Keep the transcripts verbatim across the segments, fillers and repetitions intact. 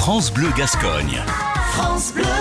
France Bleu Gascogne. France Bleu.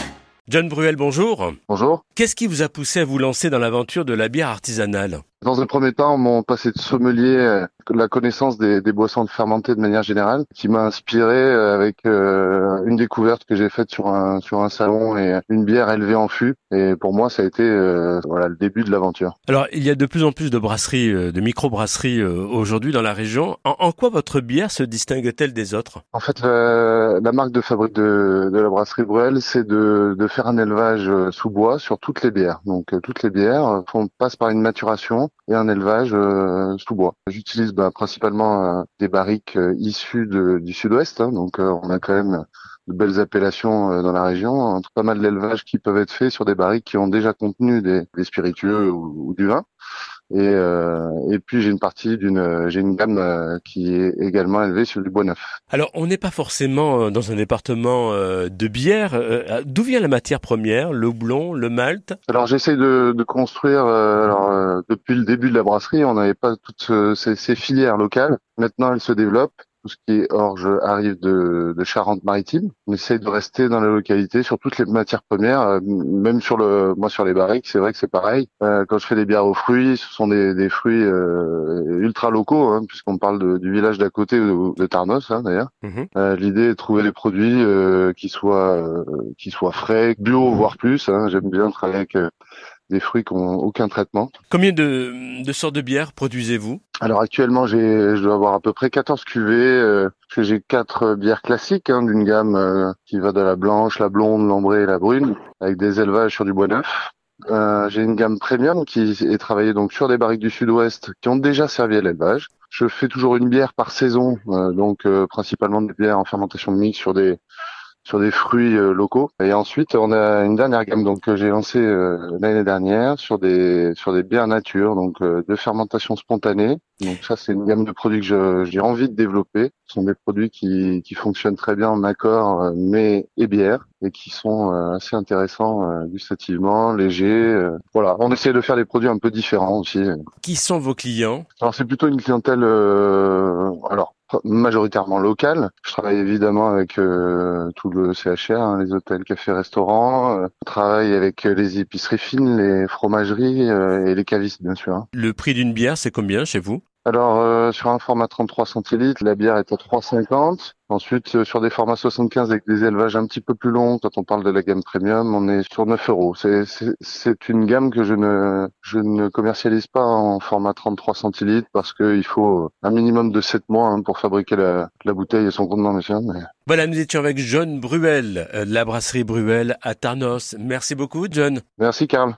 John Bruel, bonjour. Bonjour. Qu'est-ce qui vous a poussé à vous lancer dans l'aventure de la bière artisanale ? Dans un premier temps, mon passé de sommelier, euh, la connaissance des, des boissons fermentées de manière générale, qui m'a inspiré euh, avec euh, une découverte que j'ai faite sur un sur un salon et une bière élevée en fût. Et pour moi, ça a été euh, voilà le début de l'aventure. Alors, il y a de plus en plus de brasseries, euh, de micro-brasseries euh, aujourd'hui dans la région. En, en quoi votre bière se distingue-t-elle des autres ? En fait, la, la marque de fabrique de, de la brasserie Bruel, c'est de, de faire un élevage sous bois sur toutes les bières. Donc, euh, toutes les bières font, passent par une maturation et un élevage euh, sous bois. J'utilise bah, principalement euh, des barriques euh, issues de, du sud-ouest, hein, donc euh, on a quand même de belles appellations euh, dans la région, entre pas mal d'élevages qui peuvent être faits sur des barriques qui ont déjà contenu des, des spiritueux ou, ou du vin. Et, euh, et puis j'ai une partie d'une, j'ai une gamme euh, qui est également élevée sur du bois neuf. Alors, on n'est pas forcément dans un département euh, de bière. Euh, d'où vient la matière première ? Le houblon, le malt ? Alors j'essaie de, de construire. Euh, alors euh, depuis le début de la brasserie, on n'avait pas toutes euh, ces, ces filières locales. Maintenant, elles se développent. Tout ce qui est orge arrive de, de Charente-Maritime. On essaye de rester dans la localité sur toutes les matières premières, euh, même sur le, moi sur les barriques, c'est vrai que c'est pareil. Euh, quand je fais des bières aux fruits, ce sont des, des fruits euh, ultra locaux, hein, puisqu'on parle de, du village d'à côté de, de Tarnos, hein, d'ailleurs. Mmh. Euh, l'idée est de trouver des produits euh, qui soient euh, qui soient frais, bio voire plus. Hein. J'aime bien travailler avec euh, des fruits qui n'ont aucun traitement. Combien de, de sortes de bières produisez-vous ? Alors actuellement, j'ai, je dois avoir à peu près quatorze cuvées. Euh, parce que j'ai quatre bières classiques hein, d'une gamme euh, qui va de la blanche, la blonde, l'ambrée et la brune, avec des élevages sur du bois neuf. Euh, j'ai une gamme premium qui est travaillée donc sur des barriques du Sud-Ouest qui ont déjà servi à l'élevage. Je fais toujours une bière par saison, euh, donc euh, principalement des bières en fermentation mixte sur des sur des fruits euh, locaux. Et ensuite, on a une dernière gamme donc que j'ai lancée euh, l'année dernière sur des sur des bières nature, donc euh, de fermentation spontanée. Donc ça, c'est une gamme de produits que je, j'ai envie de développer. Ce sont des produits qui qui fonctionnent très bien en accord euh, mets et bière et qui sont euh, assez intéressants euh, gustativement, légers. Euh, voilà, on essaie de faire des produits un peu différents aussi. Qui sont vos clients ? Alors c'est plutôt une clientèle euh, alors majoritairement locale. Je travaille évidemment avec euh, tout le C H R, hein, les hôtels, cafés, restaurants. Euh, je travaille avec euh, les épiceries fines, les fromageries euh, et les cavistes bien sûr. Hein. Le prix d'une bière, c'est combien chez vous ? Alors euh, sur un format trente-trois centilitres, la bière est à trois cinquante. Ensuite euh, sur des formats soixante-quinze avec des élevages un petit peu plus longs, quand on parle de la gamme premium, on est sur neuf euros. C'est, c'est, c'est une gamme que je ne je ne commercialise pas en format trente-trois centilitres parce qu'il faut un minimum de sept mois hein, pour fabriquer la, la bouteille et son contenant de chien. Mais... Voilà, nous étions avec John Bruel, euh, la brasserie Bruel à Tarnos. Merci beaucoup, John. Merci, Karl.